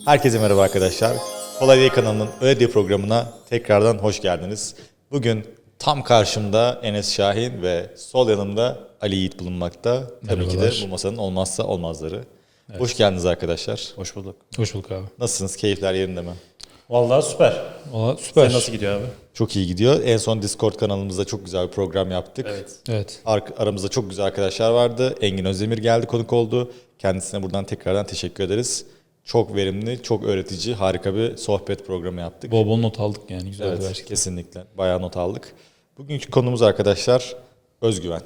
Herkese merhaba arkadaşlar. Kolay Değil kanalının ÖED programına tekrardan hoş geldiniz. Bugün tam karşımda Enes Şahin ve sol yanımda Ali Yiğit bulunmakta. Tabii ki de bu masanın olmazsa olmazları. Evet. Hoş geldiniz arkadaşlar. Hoş bulduk. Hoş bulduk abi. Nasılsınız? Keyifler yerinde mi? Vallahi süper. Valla süper. Sen nasıl gidiyor abi? Çok iyi gidiyor. En son Discord kanalımızda çok güzel bir program yaptık. Evet. Aramızda çok güzel arkadaşlar vardı. Engin Özdemir geldi, konuk oldu. Kendisine buradan tekrardan teşekkür ederiz. Çok verimli, çok öğretici, harika bir sohbet programı yaptık. Bol bol not aldık yani. Güzel bir Evet, kesinlikle. Bayağı not aldık. Bugünkü konumuz arkadaşlar özgüven.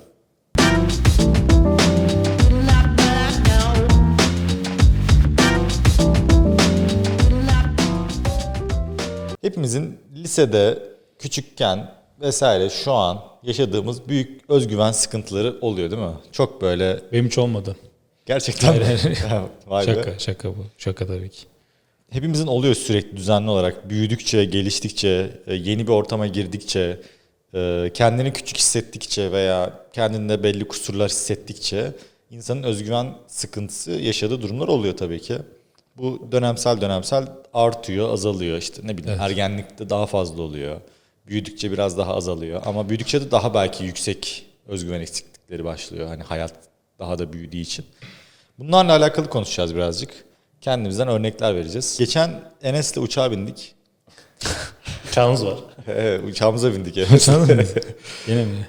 Hepimizin lisede, küçükken vesaire şu an yaşadığımız büyük özgüven sıkıntıları oluyor değil mi? Çok böyle... Benim hiç olmadı. Gerçekten Hayır. Vay be. Şaka bu. Şaka tabii ki. Hepimizin oluyor sürekli düzenli olarak. Büyüdükçe, geliştikçe, yeni bir ortama girdikçe, kendini küçük hissettikçe veya kendinde belli kusurlar hissettikçe insanın özgüven sıkıntısı yaşadığı durumlar oluyor tabii ki. Bu dönemsel artıyor, azalıyor. İşte ne bileyim ergenlikte daha fazla oluyor. Büyüdükçe biraz daha azalıyor. Ama büyüdükçe de daha belki yüksek özgüven eksiklikleri başlıyor. Hani hayat daha da büyüdüğü için. Bunlarla alakalı konuşacağız birazcık. Kendimizden örnekler vereceğiz. Geçen Enes'le uçağa bindik. Uçağımız var. Evet, uçağımıza bindik. Evet. Yine mi?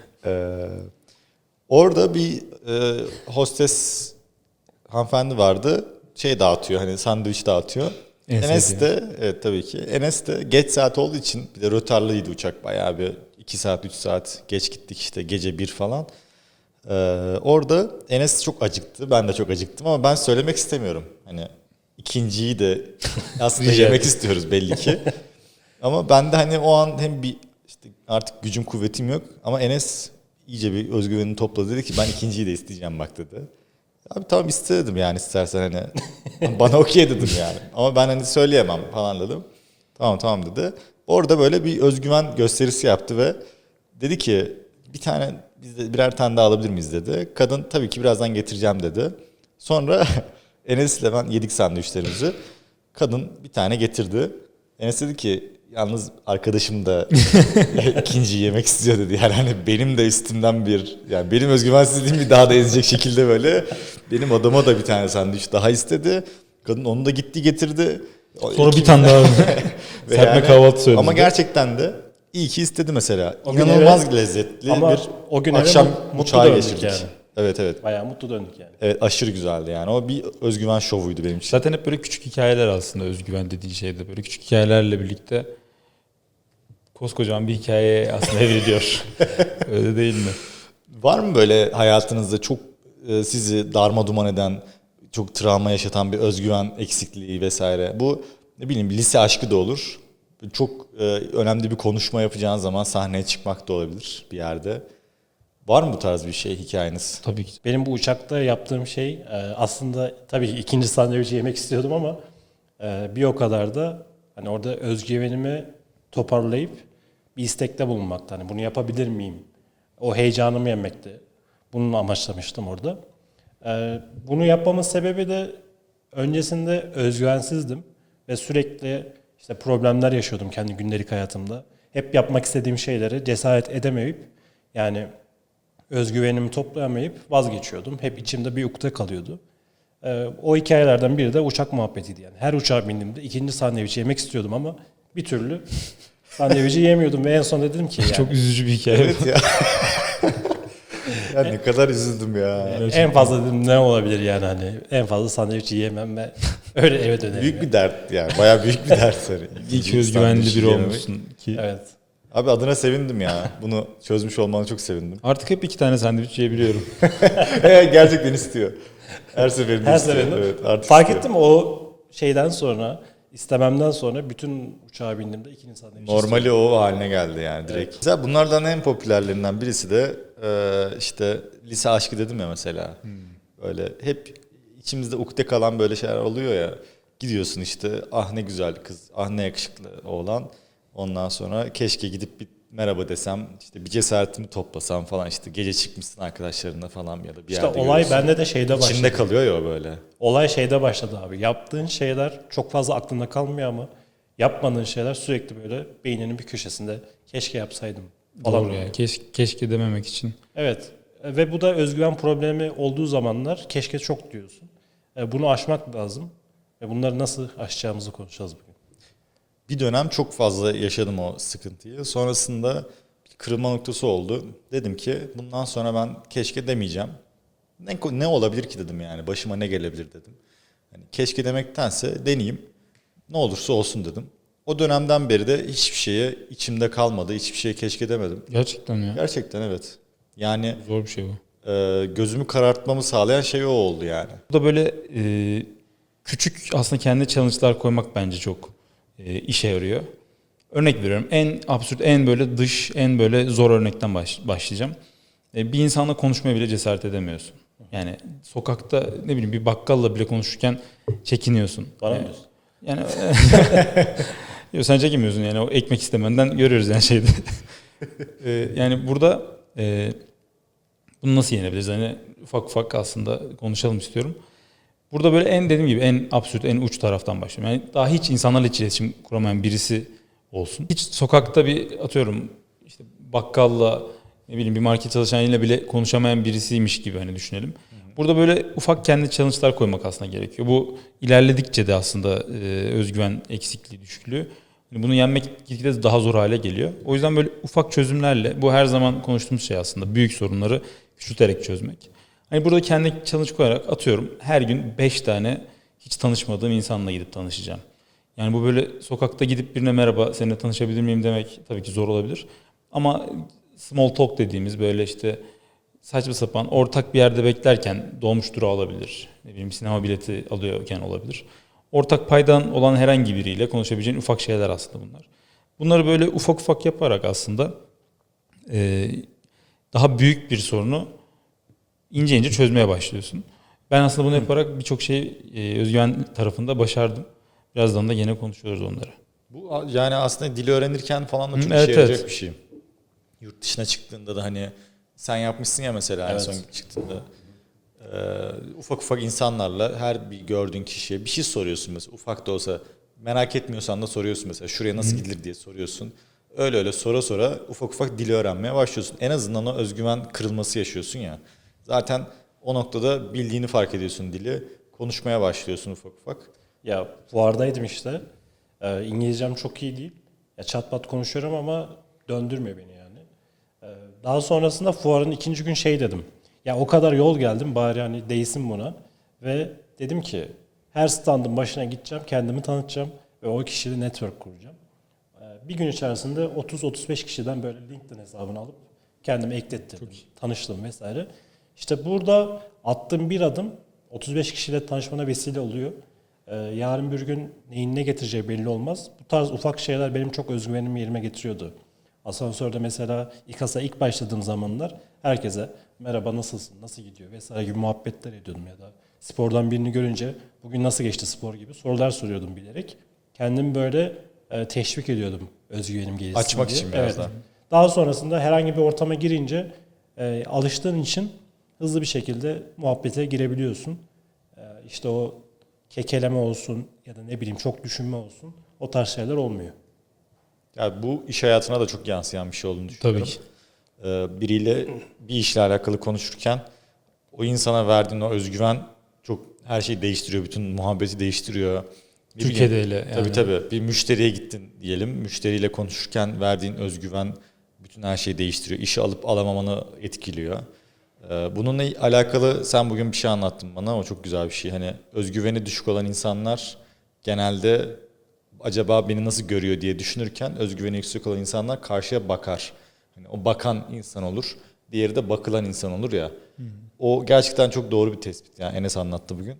Orada bir hostes hanımefendi vardı. Şey dağıtıyor, hani sandviç dağıtıyor. Enes de, evet tabii ki. Enes de geç saat olduğu için, bir de rötarlıydı uçak. Bayağı bir 2 saat 3 saat geç gittik işte, gece 1 falan. Orada Enes çok acıktı. Ben de çok acıktım ama ben söylemek istemiyorum. Hani ikinciyi de aslında yemek istiyoruz belli ki. Ama ben de hani o an hem bir işte artık gücüm kuvvetim yok ama Enes iyice bir özgüvenini topladı, dedi ki ben ikinciyi de isteyeceğim bak dedi. Abi tamam iste dedim, yani istersen hani bana okey dedim yani. Ama ben hani söyleyemem falan dedim. Tamam dedi. Orada böyle bir özgüven gösterisi yaptı ve dedi ki bir tane, biz de birer tane daha alabilir miyiz dedi. Kadın tabii ki birazdan getireceğim dedi. Sonra Enes ile ben yedik sandviçlerimizi. Kadın bir tane getirdi. Enes dedi ki yalnız arkadaşım da ikinci yemek istiyor dedi. Yani hani benim de üstümden yani benim özgüvensizliğimi bir daha da ezecek şekilde böyle benim adama da bir tane sandviç daha istedi. Kadın onu da gitti getirdi. Sonra bir tane daha serpme yani, kahvaltı söyledi. Ama gerçekten de iyi ki istedi mesela. İnanılmaz lezzetli ama bir o gün akşam mutlu uçağa döndük geçirdik. yani. Evet. Bayağı mutlu döndük yani. Evet, aşırı güzeldi yani. O bir özgüven şovuydu benim için. Zaten hep böyle küçük hikayeler aslında özgüven dediği şeyde. Böyle küçük hikayelerle birlikte koskocaman bir hikayeye aslında evriliyor. Öyle değil mi? Var mı böyle hayatınızda çok sizi darma duman eden, çok travma yaşatan bir özgüven eksikliği vesaire? Bu ne bileyim lise aşkı da olur. Çok önemli bir konuşma yapacağın zaman sahneye çıkmak da olabilir bir yerde. Var mı bu tarz bir şey hikayeniz? Tabii ki. Benim bu uçakta yaptığım şey aslında tabii ki ikinci sandviçi yemek istiyordum ama bir o kadar da hani orada özgüvenimi toparlayıp bir istekte bulunmakta. Hani bunu yapabilir miyim? O heyecanımı yemekti. Bunu amaçlamıştım orada. Bunu yapmamın sebebi de öncesinde özgüvensizdim ve sürekli işte problemler yaşıyordum kendi gündelik hayatımda. Hep yapmak istediğim şeyleri cesaret edemeyip yani özgüvenimi toplayamayıp vazgeçiyordum. Hep içimde bir ukde kalıyordu. O hikayelerden biri de uçak muhabbetiydi yani. Her uçağa bindiğimde ikinci sandviçi yemek istiyordum ama bir türlü sandviçi yemiyordum ve en son dedim ki yani. Çok üzücü bir hikaye. Evet ya. Ya ne kadar üzüldüm ya. En fazla dedim ne olabilir yani hani en fazla sandviçi yiyemem ve öyle eve dönerim. Büyük bir dert yani. Bayağı büyük bir dert. İyi ki özgüvenli biri olmuşsun ki. Evet. Abi adına sevindim ya. Bunu çözmüş olmana çok sevindim. Artık hep 2 tane sandviç yiyebiliyorum. Gerçekten istiyor. Her seferinde Her istiyor. seferinde. Evet, artık Fark istiyor. ettim o şeyden sonra istememden sonra bütün uçağa bindiğimde ikinci sandviçi Normali o haline geldi yani direkt. Evet. Mesela bunlardan en popülerlerinden birisi de işte lise aşkı dedim ya mesela. Böyle hep içimizde ukde kalan böyle şeyler oluyor ya. Gidiyorsun işte ah ne güzel kız, ah ne yakışıklı oğlan. Ondan sonra keşke gidip bir merhaba desem, işte bir cesaretimi toplasam falan, işte gece çıkmışsın arkadaşlarınla falan ya da bir İşte yerde olay görüyorsun. bende de şeyde başladı. İçinde kalıyor ya o böyle. Olay şeyde başladı abi. Yaptığın şeyler çok fazla aklında kalmıyor ama yapmadığın şeyler sürekli böyle beyninin bir köşesinde keşke yapsaydım falan. Doğru ya. Keşke dememek için. Evet. Ve bu da özgüven problemi olduğu zamanlar keşke çok diyorsun. Bunu aşmak lazım. Ve bunları nasıl aşacağımızı konuşacağız bugün. Bir dönem çok fazla yaşadım o sıkıntıyı. Sonrasında bir kırılma noktası oldu. Dedim ki bundan sonra ben keşke demeyeceğim. Ne olabilir ki dedim yani. Başıma ne gelebilir dedim. Hani keşke demektense deneyeyim. Ne olursa olsun dedim. O dönemden beri de hiçbir şeye içimde kalmadı. Hiçbir şeye keşke demedim. Gerçekten ya. Gerçekten evet. Yani Zor bir şey bu. gözümü karartmamı sağlayan şey o oldu yani. Bu da böyle küçük aslında kendi challenge'lar koymak bence çok işe yarıyor. Örnek veriyorum. En absürt, en böyle dış, en böyle zor örnekten başlayacağım. Bir insanla konuşmaya bile cesaret edemiyorsun. Yani sokakta ne bileyim bir bakkalla bile konuşurken çekiniyorsun. Bana mı diyorsun? Yani yok, sen çekinmiyorsun yani, o ekmek istemenden görüyoruz yani şeyde. Yani burada bunu nasıl yenebiliriz? Hani ufak ufak aslında konuşalım istiyorum. Burada böyle dediğim gibi en absürt, en uç taraftan başlıyorum. Yani daha hiç insanlarla hiç iletişim kuramayan birisi olsun. Hiç sokakta bir atıyorum işte bakkalla, ne bileyim bir market çalışanıyla bile konuşamayan birisiymiş gibi hani düşünelim. Burada böyle ufak kendi challenge'lar koymak aslında gerekiyor. Bu ilerledikçe de aslında özgüven eksikliği, düşüklüğü. Yani bunu yenmek gitgide daha zor hale geliyor. O yüzden böyle ufak çözümlerle, bu her zaman konuştuğumuz şey aslında, büyük sorunları küçülterek çözmek. Hani burada kendi challenge koyarak atıyorum her gün 5 tane hiç tanışmadığım insanla gidip tanışacağım. Yani bu böyle sokakta gidip birine merhaba seninle tanışabilir miyim demek tabii ki zor olabilir. Ama small talk dediğimiz böyle işte saçma sapan ortak bir yerde beklerken dolmuş durağı olabilir. Ne bileyim sinema bileti alıyorken olabilir. Ortak paydan olan herhangi biriyle konuşabileceğin ufak şeyler aslında bunlar. Bunları böyle ufak ufak yaparak aslında daha büyük bir sorunu ince ince çözmeye başlıyorsun. Ben aslında bunu yaparak birçok şey özgüven tarafında başardım. Birazdan da yine konuşuyoruz onları. Bu yani aslında dili öğrenirken falan da çok Evet, işe yarayacak evet. bir şey. Yurt dışına çıktığında da hani sen yapmışsın ya mesela en Evet. son çıktığında. Ufak ufak insanlarla her bir gördüğün kişiye bir şey soruyorsun mesela. Ufak da olsa merak etmiyorsan da soruyorsun mesela. Şuraya nasıl gidilir diye soruyorsun. Öyle öyle sonra sonra ufak ufak dili öğrenmeye başlıyorsun. En azından o özgüven kırılması yaşıyorsun ya. Zaten o noktada bildiğini fark ediyorsun dili. Konuşmaya başlıyorsun ufak ufak. Ya fuardaydım işte. İngilizcem çok iyi değil. Ya çat pat konuşuyorum ama döndürmüyor beni yani. Daha sonrasında fuarın ikinci gün şey dedim. Ya o kadar yol geldim bari hani değsin buna. Ve dedim ki her standın başına gideceğim, kendimi tanıtacağım ve o kişiyle network kuracağım. Bir gün içerisinde 30-35 kişiden böyle LinkedIn hesabını alıp kendimi eklettirdim, tanıştım vesaire. İşte burada attığım bir adım 35 kişiyle tanışmana vesile oluyor. Yarın bir gün neyin ne getireceği belli olmaz. Bu tarz ufak şeyler benim çok özgüvenimi yerime getiriyordu. Asansörde mesela İKAS'a ilk başladığım zamanlar herkese merhaba nasılsın, nasıl gidiyor vesaire gibi muhabbetler ediyordum ya da spordan birini görünce bugün nasıl geçti spor gibi sorular soruyordum bilerek. Kendimi böyle teşvik ediyordum özgüvenim gelişsin Açmak diye. için biraz Evet. daha. Daha sonrasında herhangi bir ortama girince alıştığın için hızlı bir şekilde muhabbete girebiliyorsun. İşte o kekeleme olsun ya da ne bileyim çok düşünme olsun o tarz şeyler olmuyor. Yani bu iş hayatına da çok yansıyan bir şey olduğunu düşünüyorum. Tabii ki. Biriyle bir işle alakalı konuşurken o insana verdiğin o özgüven çok her şeyi değiştiriyor. Bütün muhabbeti değiştiriyor. Ne Türkiye'de bileyim, öyle Tabii yani. tabii. Bir müşteriye gittin diyelim. Müşteriyle konuşurken verdiğin özgüven bütün her şeyi değiştiriyor. İşi alıp alamamanı etkiliyor. Bununla alakalı sen bugün bir şey anlattın bana. O çok güzel bir şey. Hani özgüveni düşük olan insanlar genelde acaba beni nasıl görüyor diye düşünürken özgüveni yüksek olan insanlar karşıya bakar. Hani o bakan insan olur. Diğeri de bakılan insan olur ya. O gerçekten çok doğru bir tespit. Yani Enes anlattı bugün.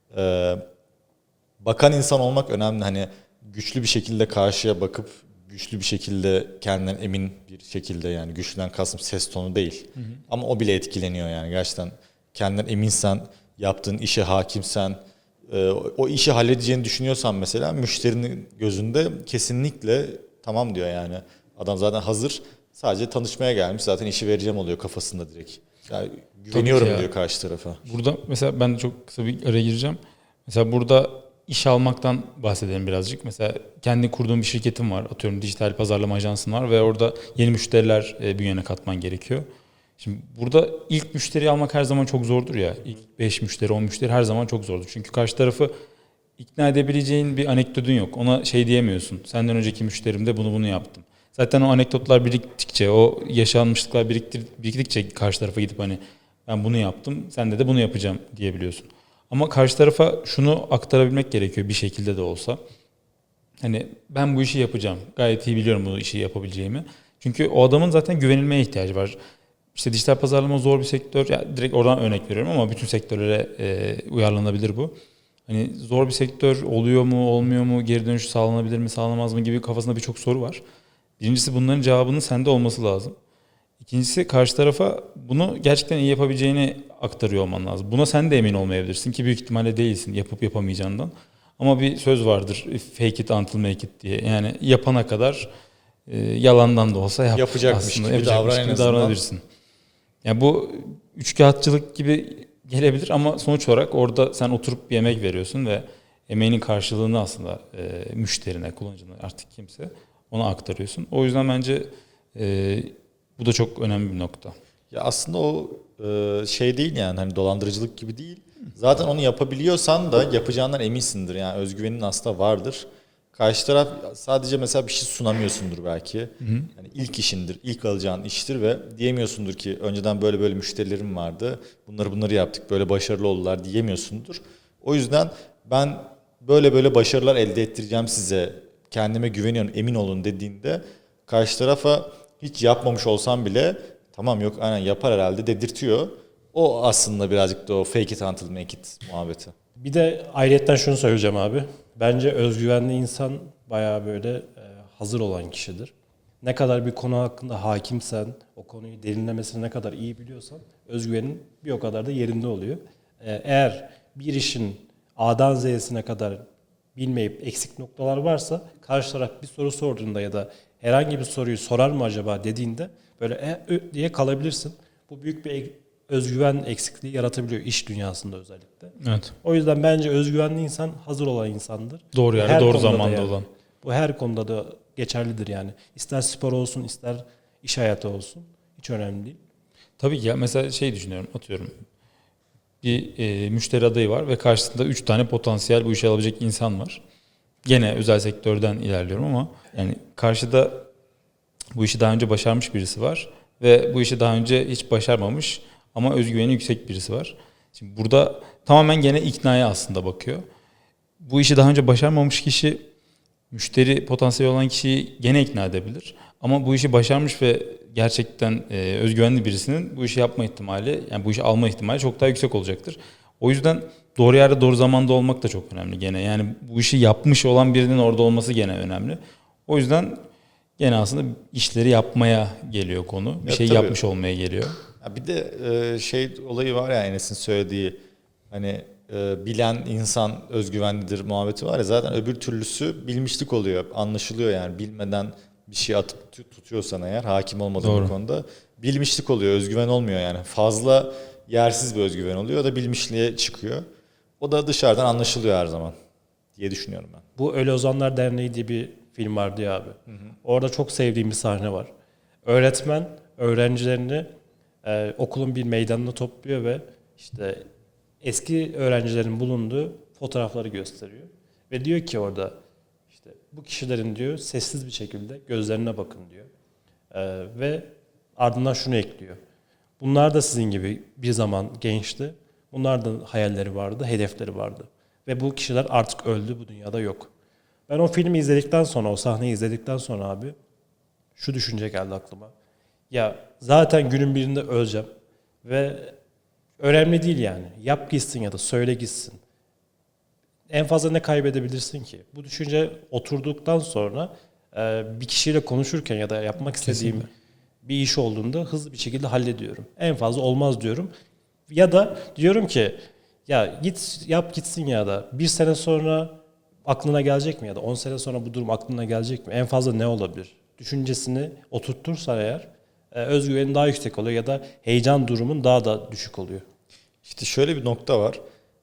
Bakan insan olmak önemli. Hani güçlü bir şekilde karşıya bakıp güçlü bir şekilde kendinden emin bir şekilde yani güçlüden kastım ses tonu değil. Ama o bile etkileniyor yani gerçekten kendinden eminsen, yaptığın işe hakimsen, o işi halledeceğini düşünüyorsan mesela müşterinin gözünde kesinlikle tamam diyor yani. Adam zaten hazır Sadece tanışmaya gelmiş, zaten işi vereceğim oluyor kafasında direkt. Yani güveniyorum ya. diyor karşı tarafa. Burada mesela ben de çok kısa bir araya gireceğim. Mesela burada iş almaktan bahsedelim birazcık. Mesela kendi kurduğum bir şirketim var. Atıyorum dijital pazarlama ajansın var ve orada yeni müşteriler bünyene katman gerekiyor. Şimdi burada ilk müşteri almak her zaman çok zordur ya. İlk 5 müşteri, 10 müşteri her zaman çok zordur. Çünkü karşı tarafı ikna edebileceğin bir anekdotun yok. Ona şey diyemiyorsun. Senden önceki müşterimde bunu yaptım. Zaten o anekdotlar biriktikçe, o yaşanmışlıklar biriktikçe karşı tarafa gidip hani ben bunu yaptım, sen de bunu yapacağım diyebiliyorsun. Ama karşı tarafa şunu aktarabilmek gerekiyor bir şekilde de olsa. Hani ben bu işi yapacağım. Gayet iyi biliyorum bu işi yapabileceğimi. Çünkü o adamın zaten güvenilmeye ihtiyacı var. İşte dijital pazarlama zor bir sektör. Ya direkt oradan örnek veriyorum ama bütün sektörlere uyarlanabilir bu. Hani zor bir sektör, oluyor mu, olmuyor mu, geri dönüş sağlanabilir mi, sağlanamaz mı gibi kafasında birçok soru var. Birincisi bunların cevabının sende olması lazım. İkincisi karşı tarafa bunu gerçekten iyi yapabileceğini aktarıyor olman lazım. Buna sen de emin olmayabilirsin ki büyük ihtimalle değilsin yapıp yapamayacağından. Ama bir söz vardır, fake it until make it diye. Yani yapana kadar yalandan da olsa yap. Yapacakmış aslında, gibi yapacakmış davran en gibi azından. davranabilirsin. Yani bu üçkağıtçılık gibi gelebilir ama sonuç olarak orada sen oturup bir emek veriyorsun ve emeğinin karşılığını aslında müşterine, kullanıcına artık kimse ona aktarıyorsun. O yüzden bence bu da çok önemli bir nokta. Ya aslında o şey değil yani, hani dolandırıcılık gibi değil. Zaten onu yapabiliyorsan da yapacağından eminsindir. Yani özgüvenin aslında vardır. Karşı taraf sadece mesela bir şey sunamıyorsundur belki. Yani ilk işindir, ilk alacağın iştir ve diyemiyorsundur ki önceden böyle böyle müşterilerim vardı. Bunları yaptık, böyle başarılı oldular diyemiyorsundur. O yüzden ben böyle böyle başarılar elde ettireceğim size, kendime güveniyorum, emin olun dediğinde karşı tarafa hiç yapmamış olsam bile tamam yok aynen yapar herhalde dedirtiyor. O aslında birazcık da o fake it until make it muhabbeti. Bir de ayrıyetten şunu söyleyeceğim abi. Bence özgüvenli insan bayağı böyle hazır olan kişidir. Ne kadar bir konu hakkında hakimsen, o konuyu derinlemesine ne kadar iyi biliyorsan özgüvenin bir o kadar da yerinde oluyor. Eğer bir işin A'dan Z'sine kadar bilmeyip eksik noktalar varsa karşı taraf bir soru sorduğunda ya da herhangi bir soruyu sorar mı acaba dediğinde böyle diye kalabilirsin. Bu büyük bir özgüven eksikliği yaratabiliyor iş dünyasında özellikle. Evet. O yüzden bence özgüvenli insan hazır olan insandır. Doğru yerde, Her doğru konuda da zamanda yani. olan. Bu her konuda da geçerlidir yani. İster spor olsun, ister iş hayatı olsun. Hiç önemli değil. Tabii ki ya mesela şey düşünüyorum, atıyorum. Bir müşteri adayı var ve karşısında 3 tane potansiyel bu işe alabilecek insan var. Gene özel sektörden ilerliyorum ama yani karşıda bu işi daha önce başarmış birisi var ve bu işi daha önce hiç başarmamış ama özgüveni yüksek birisi var. Şimdi burada tamamen gene iknaya aslında bakıyor. Bu işi daha önce başarmamış kişi müşteri potansiyeli olan kişiyi gene ikna edebilir. Ama bu işi başarmış ve gerçekten özgüvenli birisinin bu işi yapma ihtimali, yani bu işi alma ihtimali çok daha yüksek olacaktır. O yüzden doğru yerde doğru zamanda olmak da çok önemli gene. Yani bu işi yapmış olan birinin orada olması gene önemli. O yüzden gene aslında işleri yapmaya geliyor konu. Bir Ya şey tabii. yapmış olmaya geliyor. Ya bir de şey olayı var ya, Enes'in söylediği hani bilen insan özgüvenlidir muhabbeti var ya, zaten öbür türlüsü bilmişlik oluyor. Anlaşılıyor yani, bilmeden bir şey atıp tutuyorsan eğer, hakim olmadığın Doğru. bir konuda bilmişlik oluyor, özgüven olmuyor yani. Fazla yersiz bir özgüven oluyor, o da bilmişliğe çıkıyor. O da dışarıdan anlaşılıyor her zaman diye düşünüyorum ben. Bu Ölü Ozanlar Derneği diye bir film vardı ya abi. Orada çok sevdiğim bir sahne var. Öğretmen öğrencilerini okulun bir meydanına topluyor ve işte eski öğrencilerin bulunduğu fotoğrafları gösteriyor. Ve diyor ki orada işte bu kişilerin diyor sessiz bir şekilde gözlerine bakın diyor. Ve ardından şunu ekliyor. Bunlar da sizin gibi bir zaman gençti. Bunlar da hayalleri vardı, hedefleri vardı. Ve bu kişiler artık öldü, bu dünyada yok. Ben o filmi izledikten sonra, o sahneyi izledikten sonra abi şu düşünce geldi aklıma. Ya zaten günün birinde öleceğim ve önemli değil yani. Yap gitsin ya da söyle gitsin. En fazla ne kaybedebilirsin ki? Bu düşünce oturduktan sonra bir kişiyle konuşurken ya da yapmak istediğim bir iş olduğunda hızlı bir şekilde hallediyorum. En fazla olmaz diyorum. Ya da diyorum ki ya git yap gitsin ya da bir sene sonra aklına gelecek mi ya da 10 sene sonra bu durum aklına gelecek mi? En fazla ne olabilir? düşüncesini oturtursa eğer özgüvenin daha yüksek oluyor ya da heyecan durumun daha da düşük oluyor. İşte şöyle bir nokta var.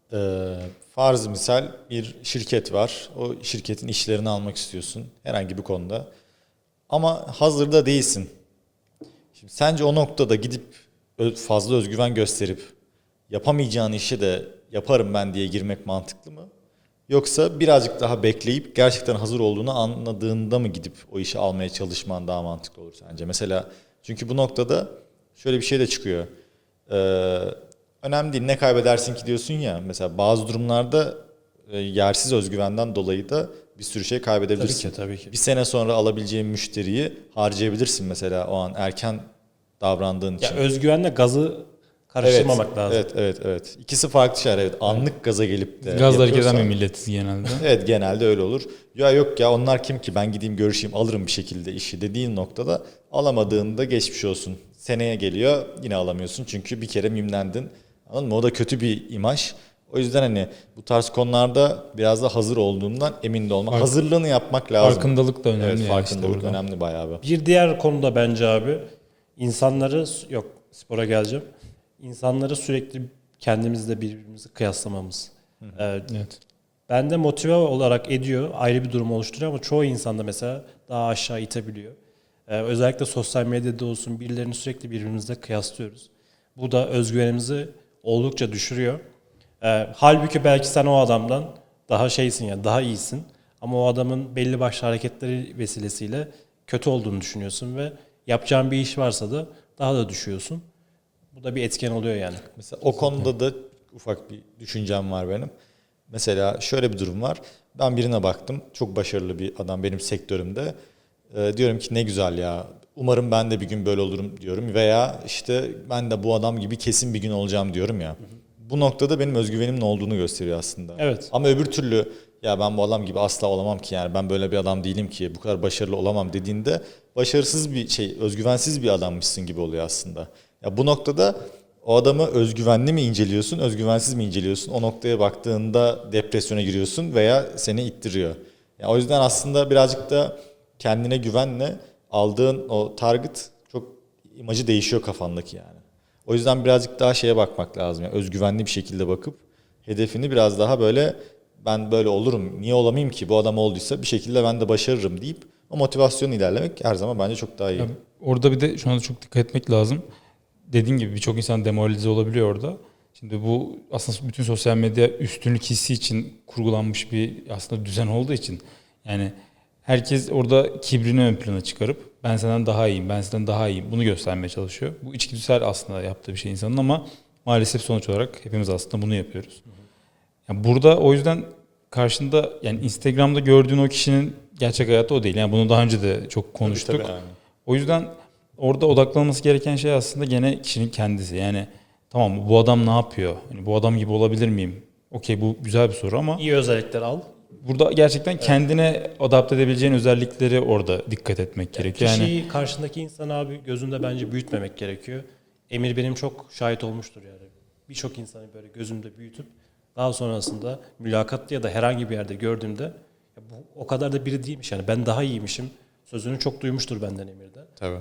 Farz misal bir şirket var. O şirketin işlerini almak istiyorsun herhangi bir konuda. Ama hazırda değilsin. Şimdi sence o noktada gidip fazla özgüven gösterip yapamayacağın işi de yaparım ben diye girmek mantıklı mı? Yoksa birazcık daha bekleyip gerçekten hazır olduğunu anladığında mı gidip o işi almaya çalışman daha mantıklı olur sence? Mesela çünkü bu noktada şöyle bir şey de çıkıyor. Önemli değil ne kaybedersin ki diyorsun ya. Mesela bazı durumlarda yersiz özgüvenden dolayı da bir sürü şey kaybedebilirsin. Tabii ki. Bir sene sonra alabileceğin müşteriyi harcayabilirsin mesela o an erken davrandığın için. Ya özgüvenle gazı karıştırmamak lazım. Evet. İkisi farklı şeyler. Evet. Anlık gaza gelip de Gazla hareket eden yapıyorsan- bir milletiz genelde. Evet genelde öyle olur. Ya yok ya onlar kim ki ben gideyim görüşeyim alırım bir şekilde işi dediğin noktada alamadığında geçmiş olsun. Seneye geliyor yine alamıyorsun çünkü bir kere mimlendin. Anladın mı? O da kötü bir imaj. O yüzden hani bu tarz konularda biraz da hazır olduğundan emin de olmak. Hazırlığını yapmak lazım. Farkındalık da önemli. Evet yani farkındalık işte burada. önemli bayağı bir. Bir diğer konuda bence abi insanları yok spora geleceğim. İnsanları sürekli kendimizle birbirimizi kıyaslamamız. Evet. Bende motive olarak ediyor, ayrı bir durum oluşturuyor ama çoğu insanda mesela daha aşağı itebiliyor. Özellikle sosyal medyada olsun birilerini sürekli birbirimizle kıyaslıyoruz. Bu da özgüvenimizi oldukça düşürüyor. Halbuki belki sen o adamdan daha şeysin yani daha iyisin. Ama o adamın belli başlı hareketleri vesilesiyle kötü olduğunu düşünüyorsun ve yapacağın bir iş varsa da daha da düşüyorsun. Bu da bir etken oluyor yani. Mesela o konuda da ufak bir düşüncem var benim. Mesela şöyle bir durum var. Ben birine baktım. Çok başarılı bir adam benim sektörümde. Diyorum ki ne güzel ya. Umarım ben de bir gün böyle olurum diyorum. Veya işte ben de bu adam gibi kesin bir gün olacağım diyorum ya. Bu noktada benim özgüvenimin olduğunu gösteriyor aslında. Evet. Ama öbür türlü ya ben bu adam gibi asla olamam ki yani ben böyle bir adam değilim ki bu kadar başarılı olamam dediğinde başarısız bir özgüvensiz bir adammışsın gibi oluyor aslında. Ya bu noktada o adamı özgüvenli mi inceliyorsun, özgüvensiz mi inceliyorsun? O noktaya baktığında depresyona giriyorsun veya seni ittiriyor. Ya o yüzden aslında birazcık da kendine güvenle aldığın o target çok imajı değişiyor kafandaki yani. O yüzden birazcık daha şeye bakmak lazım. Yani özgüvenli bir şekilde bakıp hedefini biraz daha böyle ben böyle olurum, niye olamayayım ki bu adam olduysa bir şekilde ben de başarırım deyip o motivasyonla ilerlemek her zaman bence çok daha iyi. Ya orada bir de şuna da çok dikkat etmek lazım. Dediğin gibi birçok insan demoralize olabiliyor orada. Şimdi bu aslında bütün sosyal medya üstünlük hissi için kurgulanmış bir aslında düzen olduğu için yani herkes orada kibrini ön plana çıkarıp ben senden daha iyiyim, ben senden daha iyiyim bunu göstermeye çalışıyor. Bu içgüdüsel aslında yaptığı bir şey insanın ama maalesef sonuç olarak hepimiz aslında bunu yapıyoruz. Yani burada o yüzden karşında yani Instagram'da gördüğün o kişinin gerçek hayatı o değil. Yani bunu daha önce de çok konuştuk. Tabii, aynen. O yüzden orada odaklanması gereken şey aslında gene kişinin kendisi. Yani tamam bu adam ne yapıyor? Yani bu adam gibi olabilir miyim? Okey bu güzel bir soru ama İyi özellikler al. burada gerçekten kendine adapte edebileceğin özellikleri orada dikkat etmek gerekiyor. Yani Kişiyi karşındaki insan abi gözünde bence büyütmemek gerekiyor. Emir benim çok şahit olmuştur yani. Birçok insanı böyle gözümde büyütüp daha sonrasında mülakatta ya da herhangi bir yerde gördüğümde ya bu o kadar da biri değilmiş yani ben daha iyiymişim sözünü çok duymuştur benden Emir'de. Tabii.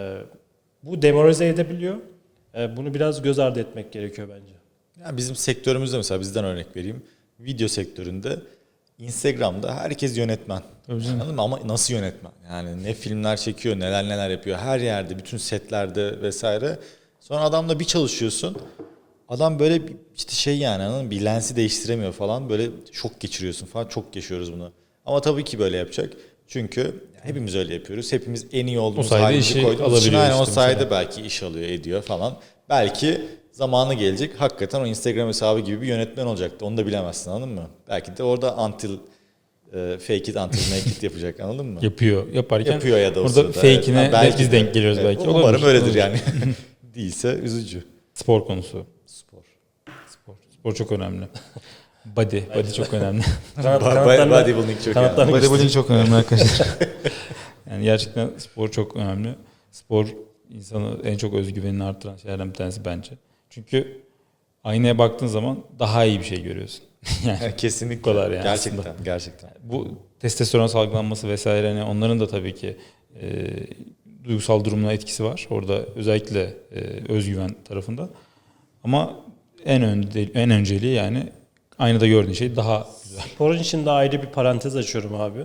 Bu demoralize edebiliyor. Bunu biraz göz ardı etmek gerekiyor bence. Ya bizim sektörümüzde mesela bizden örnek vereyim. Video sektöründe Instagram'da herkes yönetmen. Anladın mı? Ama nasıl yönetmen? Yani ne filmler çekiyor, neler yapıyor. Her yerde, bütün setlerde vesaire. Sonra adamla bir çalışıyorsun. Adam böyle işte yani anladın mı? Bir lensi değiştiremiyor falan. Böyle şok geçiriyorsun falan. Çok yaşıyoruz bunu. Ama tabii ki böyle yapacak. Çünkü hepimiz öyle yapıyoruz. Hepimiz en iyi olduğumuz sayede halimizi işi koyduğumuz için alabiliyor aynen o işte sayede mesela. belki iş alıyor, ediyor falan. Belki zamanı gelecek. Hakikaten o Instagram hesabı gibi bir yönetmen olacaktı. Onu da bilemezsin anladın mı? Belki de orada fake it until make it yapacak anladın mı? yaparken Yapıyor ya da o orada sırada. fake'ine Evet. Ha, belki biz de. denk geliyoruz Evet, belki. umarım Olabilir. öyledir yani. Değilse üzücü. Spor konusu. Spor. Spor çok önemli. Body çok önemli. Bodybuilding çok önemli. Bodybuilding çok önemli arkadaşlar. Yani gerçekten spor çok önemli. Spor insanı en çok özgüvenini artıran şeylerden bir tanesi bence. Çünkü aynaya baktığın zaman daha iyi bir şey görüyorsun. Yani Kesinlikle. bu kadar yani Gerçekten, aslında. gerçekten. Bu testosteron salgılanması vesaire hani onların da tabii ki duygusal durumuna etkisi var. Orada özellikle özgüven tarafında. Ama en önceliği yani aynada gördüğün şey daha güzel. Sporun içinde ayrı bir parantez açıyorum abi.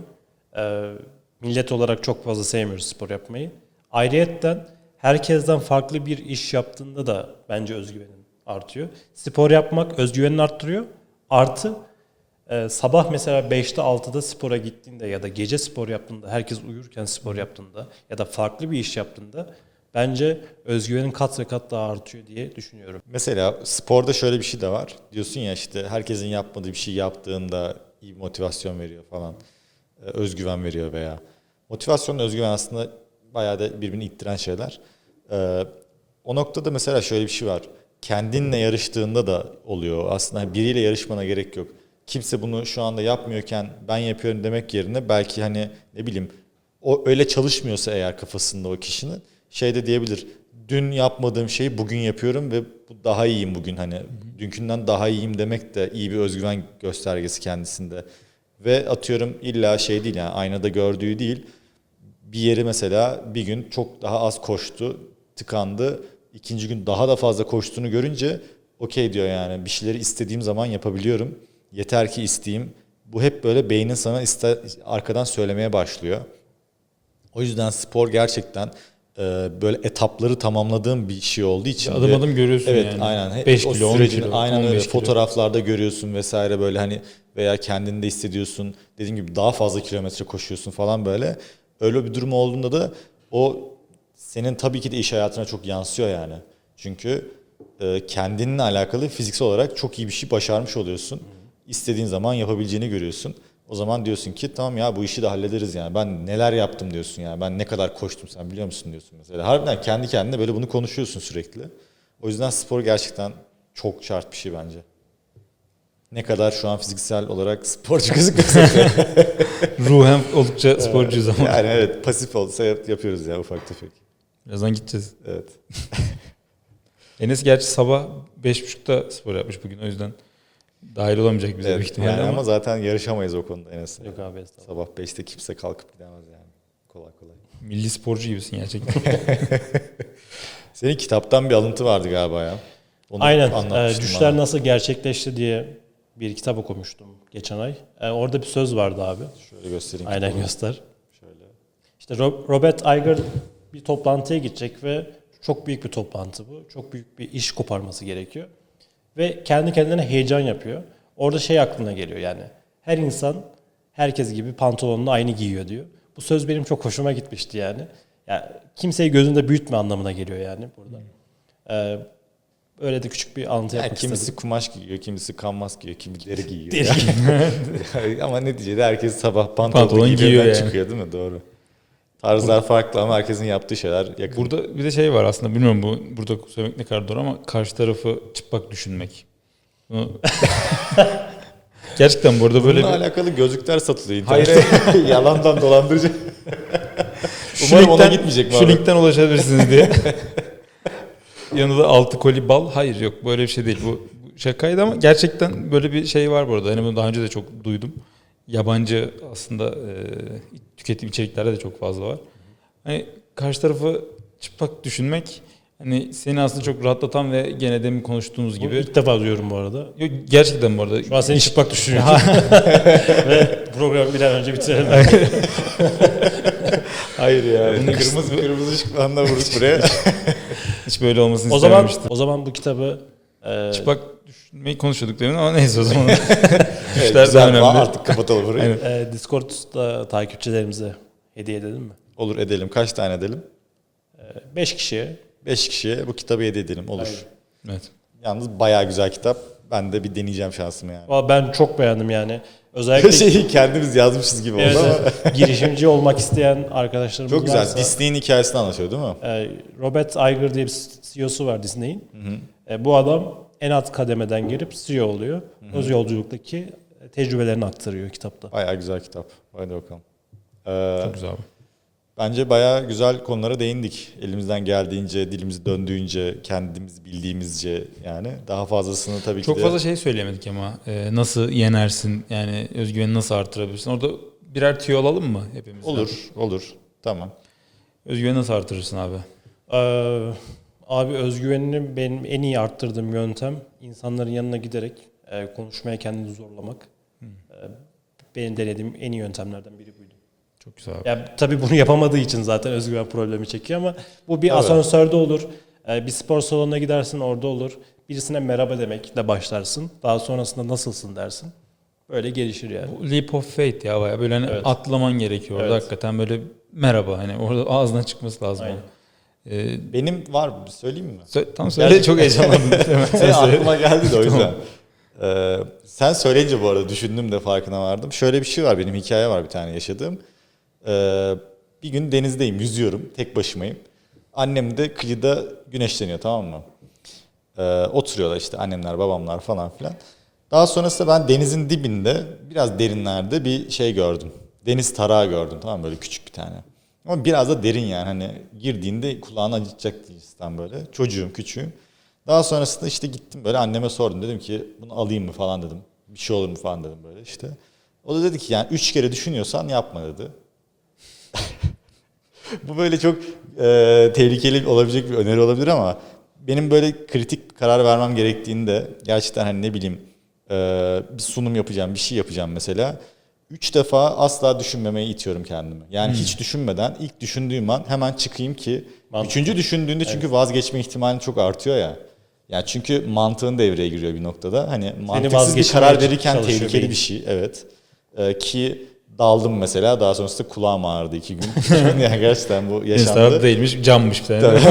Millet olarak çok fazla sevmiyoruz spor yapmayı. Ayrıyetten herkesten farklı bir iş yaptığında da bence özgüvenin artıyor. Spor yapmak özgüvenini arttırıyor. Artı sabah mesela 5'te 6'da spora gittiğinde ya da gece spor yaptığında, herkes uyurken spor yaptığında ya da farklı bir iş yaptığında bence özgüvenin kat ve kat daha artıyor diye düşünüyorum. Mesela sporda şöyle bir şey de var. Diyorsun ya işte herkesin yapmadığı bir şey yaptığında iyi bir motivasyon veriyor falan. Özgüven veriyor veya. Motivasyon, özgüven aslında bayağı da birbirini ittiren şeyler. O noktada mesela şöyle bir şey var. Kendinle yarıştığında da oluyor. Aslında biriyle yarışmana gerek yok. Kimse bunu şu anda yapmıyorken ben yapıyorum demek yerine belki hani ne bileyim o öyle çalışmıyorsa eğer kafasında o kişinin şey de diyebilir. Dün yapmadığım şeyi bugün yapıyorum ve bu daha iyiyim bugün, hani dünkünden daha iyiyim demek de iyi bir özgüven göstergesi kendisinde. Ve atıyorum illa şey değil, yani aynada gördüğü değil. Bir yeri mesela bir gün çok daha az koştu, tıkandı. İkinci gün daha da fazla koştuğunu görünce okey diyor, yani bir şeyleri istediğim zaman yapabiliyorum. Yeter ki isteyeyim. Bu hep böyle beynin sana arkadan söylemeye başlıyor. O yüzden spor gerçekten böyle etapları tamamladığım bir şey olduğu için. Adım adım görüyorsun evet, yani. Evet, aynen. 5 o kilo, 10 sürecin kilo, aynen öyle 15 kilo. fotoğraflarda görüyorsun vesaire böyle hani, veya kendinde hissediyorsun. Dediğim gibi daha fazla kilometre koşuyorsun falan böyle. Öyle bir durum olduğunda da o senin tabii ki de iş hayatına çok yansıyor yani. Çünkü kendinle alakalı fiziksel olarak çok iyi bir şey başarmış oluyorsun. İstediğin zaman yapabileceğini görüyorsun. O zaman diyorsun ki tamam ya, bu işi de hallederiz yani. Ben neler yaptım diyorsun yani. Ben ne kadar koştum sen biliyor musun diyorsun mesela. Harbiden kendi kendine böyle bunu konuşuyorsun sürekli. O yüzden spor gerçekten çok şart bir şey bence. Ne kadar şu an fiziksel olarak sporcu gözükmesek de. Ruhen oldukça sporcuyuz ama. Yani evet, pasif olsa yapıyoruz ya ufak tefek. Birazdan gideceğiz. Evet. Enes gerçi sabah 5.30'da spor yapmış bugün, o yüzden dahil olamayacak bize büyük Evet, ihtimalle yani ama. ama zaten yarışamayız o konuda Enes. Yok abi, estağfurullah. Sabah 5'te kimse kalkıp gidemez yani. Kolay kolay. Milli sporcu gibisin gerçekten. Senin kitaptan bir alıntı vardı galiba ya. Onu Aynen. anlatmıştın Düşler bana. Nasıl Gerçekleşti diye bir kitap okumuştum geçen ay. Orada bir söz vardı abi. Şöyle göstereyim. Aynen, kitabı. göster. Şöyle. İşte Robert Iger bir toplantıya gidecek ve çok büyük bir toplantı bu. Çok büyük bir iş koparması gerekiyor. Ve kendi kendine heyecan yapıyor. Orada şey aklına geliyor yani. Her insan herkes gibi pantolonunu aynı giyiyor diyor. Bu söz benim çok hoşuma gitmişti yani. Yani kimseyi gözünde büyütme anlamına geliyor yani burada. Öyle de küçük bir alıntı Yani yapmak kimisi istedim. kumaş giyiyor, kimisi kanvas giyiyor, kimileri giyiyor. Deri Ama neticede herkes sabah Pantolon pantolon giyiyor yani. çıkıyor değil mi? Doğru. Tarzlar farklı ama herkesin yaptığı şeyler yakın. Burada bir de şey var aslında, bilmiyorum burada söylemek ne kadar doğru ama karşı tarafı çıplak düşünmek. Gerçekten bu arada böyle Bununla alakalı gözlükler satılıyor Hayır, internette. Yalandan dolandırıcı. Umarım ona gitmeyecek mi şu abi? linkten ulaşabilirsiniz diye. Yanında 6 koli bal. Hayır, yok böyle bir şey değil. Bu şakaydı ama gerçekten böyle bir şey var bu arada. Hani bunu daha önce de çok duydum. Yabancı aslında tükettiğim içeriklerde de çok fazla var. Hani karşı tarafı çıplak düşünmek hani seni aslında çok rahatlatan ve gene demin konuştuğumuz gibi. İlk defa duyuyorum bu arada. Yok, gerçekten bu arada. Şu an seni çıplak düşünüyorum. Ve programı bir an önce bitirelim. Hayır ya. Bunun Kırmızı ışıklarla vuruk buraya. hiç böyle olmasını o zaman istememiştim. bu kitabı Çıplak düşünmeyi konuşuyorduk demin ama neyse o zaman. Evet, Düşler güzel, daha önemli. artık kapatalım burayı. Aynen. Discord'da takipçilerimize hediye edelim mi? Olur, edelim. Kaç tane edelim? 5 kişiye. 5 kişiye bu kitabı hediye edelim. Olur. Aynen. Evet. Yalnız bayağı güzel kitap. Ben de bir deneyeceğim şansımı yani. Valla ben çok beğendim yani. Özellikle Şeyi kendimiz yazmışız gibi oldu evet, ama. girişimci olmak isteyen arkadaşlarımız Çok güzel. varsa, Disney'in hikayesini anlatıyor değil mi? Robert Iger diye bir CEO'su var Disney'in. Bu adam en alt kademeden girip CEO oluyor. Öz yolculuktaki tecrübelerini aktarıyor kitapta. Bayağı güzel kitap. Hadi bakalım. Çok güzel abi. Bence bayağı güzel konulara değindik. Elimizden geldiğince, dilimiz döndüğünce, kendimiz bildiğimizce yani. Daha fazlasını tabii ki Çok de... fazla şey söylemedik ama nasıl yenersin, yani özgüveni nasıl artırabilirsin? Orada birer tüyo alalım mı hepimiz? Olur. Tamam. Özgüveni nasıl artırırsın abi? Abi özgüvenini benim en iyi arttırdığım yöntem insanların yanına giderek konuşmaya kendini zorlamak. Benim denediğim en iyi yöntemlerden biri buydu. Çok güzel abi. Ya tabii bunu yapamadığı için zaten özgüven problemi çekiyor ama bu bir Evet. asansörde olur. Bir spor salonuna gidersin, orada olur. Birisine merhaba demekle başlarsın. Daha sonrasında nasılsın dersin. Böyle gelişir yani. Bu leap of faith ya bayağı böyle hani Evet. atlaman gerekiyor orada Evet. hakikaten böyle merhaba hani orada ağzından çıkması lazım. Aynen. Benim var, söyleyeyim mi? Tam söyle, çok heyecanlandım. Sen aklıma geldi de o yüzden. Sen söyleyince bu arada düşündüm de farkına vardım. Şöyle bir şey var, benim hikaye var bir tane yaşadığım. Bir gün denizdeyim, yüzüyorum, tek başımayım. Annem de kıyıda güneşleniyor, tamam mı? Oturuyorlar işte annemler, babamlar falan filan. Daha sonrasında ben denizin dibinde, biraz derinlerde bir şey gördüm. Deniz tarağı gördüm, tamam mı? Böyle küçük bir tane. Ama biraz da derin yani, hani girdiğinde kulağını acıtacak cinsten böyle. Çocuğum, küçüğüm. Daha sonrasında işte gittim böyle anneme sordum. Dedim ki bunu alayım mı falan dedim. Bir şey olur mu falan dedim böyle işte. O da dedi ki yani 3 kere düşünüyorsan yapma dedi. Bu böyle çok tehlikeli olabilecek bir öneri olabilir ama benim böyle kritik karar vermem gerektiğinde gerçekten hani ne bileyim bir sunum yapacağım, bir şey yapacağım mesela. 3 defa asla düşünmemeyi itiyorum kendimi. Yani hiç düşünmeden ilk düşündüğüm an hemen çıkayım ki Mantıklı. 3. düşündüğünde çünkü vazgeçme ihtimalin çok artıyor ya. Yani çünkü mantığın devreye giriyor bir noktada. Hani mantıksız bir vazgeçirmeye karar verirken çalışıyor tehlikeli beyin. bir şey. Evet. Ki daldım mesela. Daha sonrasında kulağım ağrıdı 2 gün. Yani gerçekten bu yaşandı. Instagram değilmiş, cammış bir tane.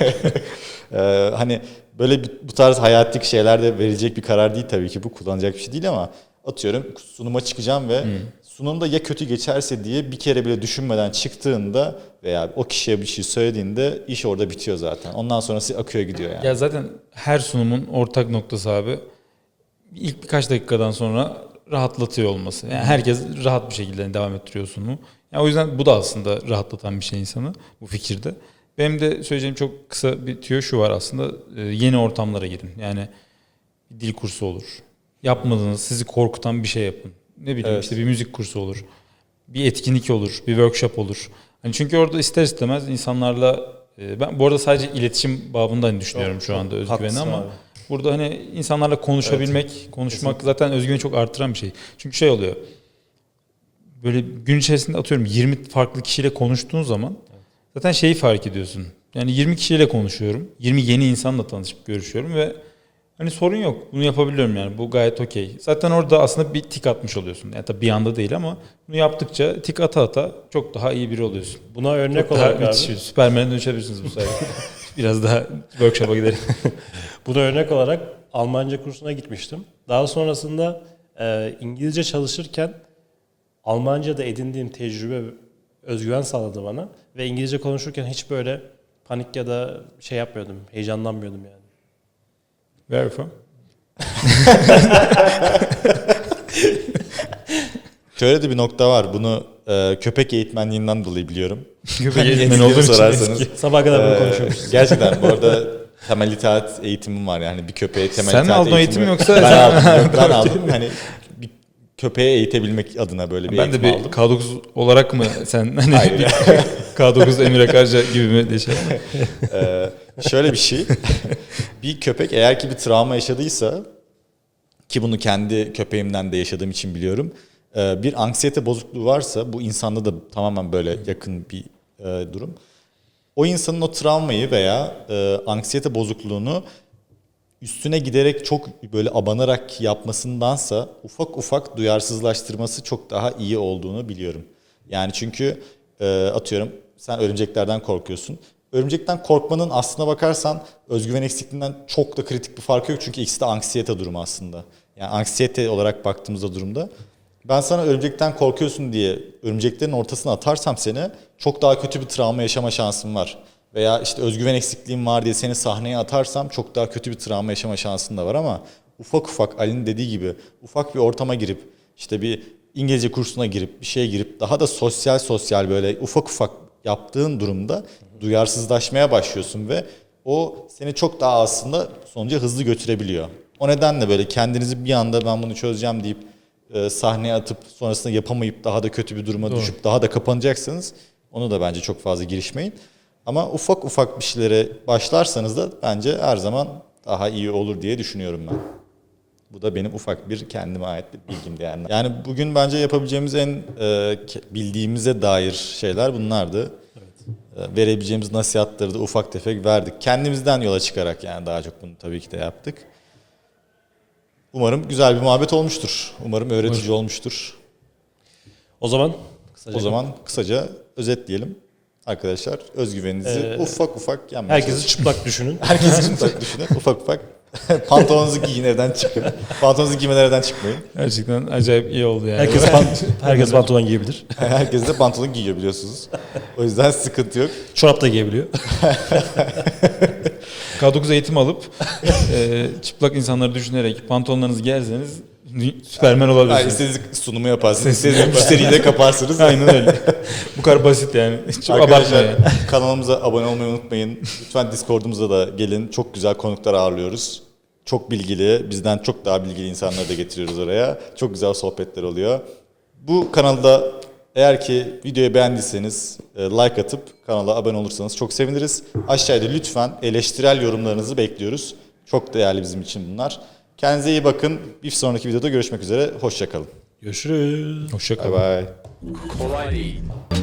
Hani böyle bu tarz hayatlık şeylerde verilecek bir karar değil tabii ki, bu kullanacak bir şey değil ama atıyorum sunuma çıkacağım ve sunumda ya kötü geçerse diye bir kere bile düşünmeden çıktığında veya o kişiye bir şey söylediğinde iş orada bitiyor zaten. Ondan sonrası akıyor gidiyor yani. Ya zaten her sunumun ortak noktası abi ilk birkaç dakikadan sonra rahatlatıyor olması. Yani herkes rahat bir şekilde devam ettiriyor sunumu. Yani o yüzden bu da aslında rahatlatan bir şey insanı bu fikirde. Benim de söyleyeceğim çok kısa bir tüyo şu var aslında. Yeni ortamlara girin. Yani bir dil kursu olur. Yapmadığınız, sizi korkutan bir şey yapın. Ne bileyim Evet. işte bir müzik kursu olur. Bir etkinlik olur, bir workshop olur. Hani çünkü orada ister istemez insanlarla ben bu arada sadece iletişim babında hani düşünüyorum şu anda özgüveni haklısın ama abi. burada hani insanlarla konuşabilmek, konuşmak zaten özgüveni çok artıran bir şey. Çünkü şey oluyor. Böyle gün içerisinde atıyorum 20 farklı kişiyle konuştuğun zaman zaten şeyi fark ediyorsun. Yani 20 kişiyle konuşuyorum. 20 yeni insanla tanışıp görüşüyorum ve hani sorun yok. Bunu yapabiliyorum yani. Bu gayet okey. Zaten orada aslında bir tik atmış oluyorsun. Yani tabii bir anda değil ama bunu yaptıkça tik ata ata çok daha iyi biri oluyorsun. Buna örnek Çok daha olarak müthiş. abi. Süpermen'e dönüşebilirsiniz bu sayede. Biraz daha workshop'a gidelim. Buna örnek olarak Almanca kursuna gitmiştim. Daha sonrasında İngilizce çalışırken Almanca'da edindiğim tecrübe özgüven sağladı bana. Ve İngilizce konuşurken hiç böyle panik ya da şey yapmıyordum, heyecanlanmıyordum yani. Where from? Şöyle de bir nokta var. Bunu köpek eğitmenliğinden dolayı biliyorum. Köpek eğitmeni Eskileri olduğum için sorarsanız. eski. Sabaha kadar bunu konuşuyormuşuz. Gerçekten bu arada temel itaat eğitimim var yani bir köpeğe temel Sen mi itaat aldın o eğitimi yoksa Ben sen- aldım. Yok, ben aldım. Hani bir köpeğe eğitebilmek adına böyle bir Ben de eğitim bir aldım. K9 olarak mı sen hani Hayır. bir K9 Emir Akarca gibi mi diye şey ama. Şöyle bir şey. Bir köpek eğer ki bir travma yaşadıysa, ki bunu kendi köpeğimden de yaşadığım için biliyorum. Bir anksiyete bozukluğu varsa, bu insanda da tamamen böyle yakın bir durum. O insanın o travmayı veya anksiyete bozukluğunu üstüne giderek çok böyle abanarak yapmasındansa ufak ufak duyarsızlaştırması çok daha iyi olduğunu biliyorum. Yani çünkü atıyorum sen örümceklerden korkuyorsun. Örümcekten korkmanın aslına bakarsan özgüven eksikliğinden çok da kritik bir farkı yok. Çünkü ikisi de anksiyete durumu aslında. Yani anksiyete olarak baktığımızda durumda. Ben sana örümcekten korkuyorsun diye örümceklerin ortasına atarsam seni, çok daha kötü bir travma yaşama şansın var. Veya işte özgüven eksikliğim var diye seni sahneye atarsam çok daha kötü bir travma yaşama şansın da var ama ufak ufak Ali'nin dediği gibi ufak bir ortama girip işte bir İngilizce kursuna girip bir şeye girip daha da sosyal böyle ufak ufak yaptığın durumda duyarsızlaşmaya başlıyorsun ve o seni çok daha aslında sonuca hızlı götürebiliyor. O nedenle böyle kendinizi bir anda ben bunu çözeceğim deyip sahneye atıp sonrasında yapamayıp daha da kötü bir duruma düşüp daha da kapanacaksanız Onu da bence çok fazla girişmeyin. Ama ufak ufak bir şeylere başlarsanız da bence her zaman daha iyi olur diye düşünüyorum ben. Bu da benim ufak bir kendime ait bir bilgimdi yani. Yani bugün bence yapabileceğimiz en bildiğimize dair şeyler bunlardı. Verebileceğimiz nasihatları da ufak tefek verdik. Kendimizden yola çıkarak yani daha çok bunu tabii ki de yaptık. Umarım güzel bir muhabbet olmuştur. Umarım öğretici olmuştur. O zaman Kısaca özetleyelim. Arkadaşlar özgüveninizi ufak ufak yenmeye herkesi çıplak düşünün. Herkesi çıplak düşünün. Ufak ufak pantolonunuzu giyin, evden çıkın. Pantolonunuzu giymeden evden çıkmayın. Gerçekten acayip iyi oldu yani. Herkes pantolon giyebilir. Herkes de pantolon giyiyor biliyorsunuz. O yüzden sıkıntı yok. Çorap da giyebiliyor. K9 eğitim alıp çıplak insanları düşünerek pantolonlarınızı giyerseniz Süpermen Yani olabilirsiniz. istediğiniz sunumu yaparsınız. İstediğiniz müşteriyi de kaparsınız. Aynen öyle. Bu kadar basit yani. Çok abartmayın. Arkadaşlar kanalımıza abone olmayı unutmayın. Lütfen Discord'umuza da gelin. Çok güzel konuklar ağırlıyoruz. Çok bilgili, bizden çok daha bilgili insanları da getiriyoruz oraya. Çok güzel sohbetler oluyor. Bu kanalda eğer ki videoyu beğendiyseniz like atıp kanala abone olursanız çok seviniriz. Aşağıda lütfen eleştirel yorumlarınızı bekliyoruz. Çok değerli bizim için bunlar. Kendinize iyi bakın. Bir sonraki videoda görüşmek üzere. Hoşça kalın. Görüşürüz. Hoşça kalın. Bye bye. Kolay değil.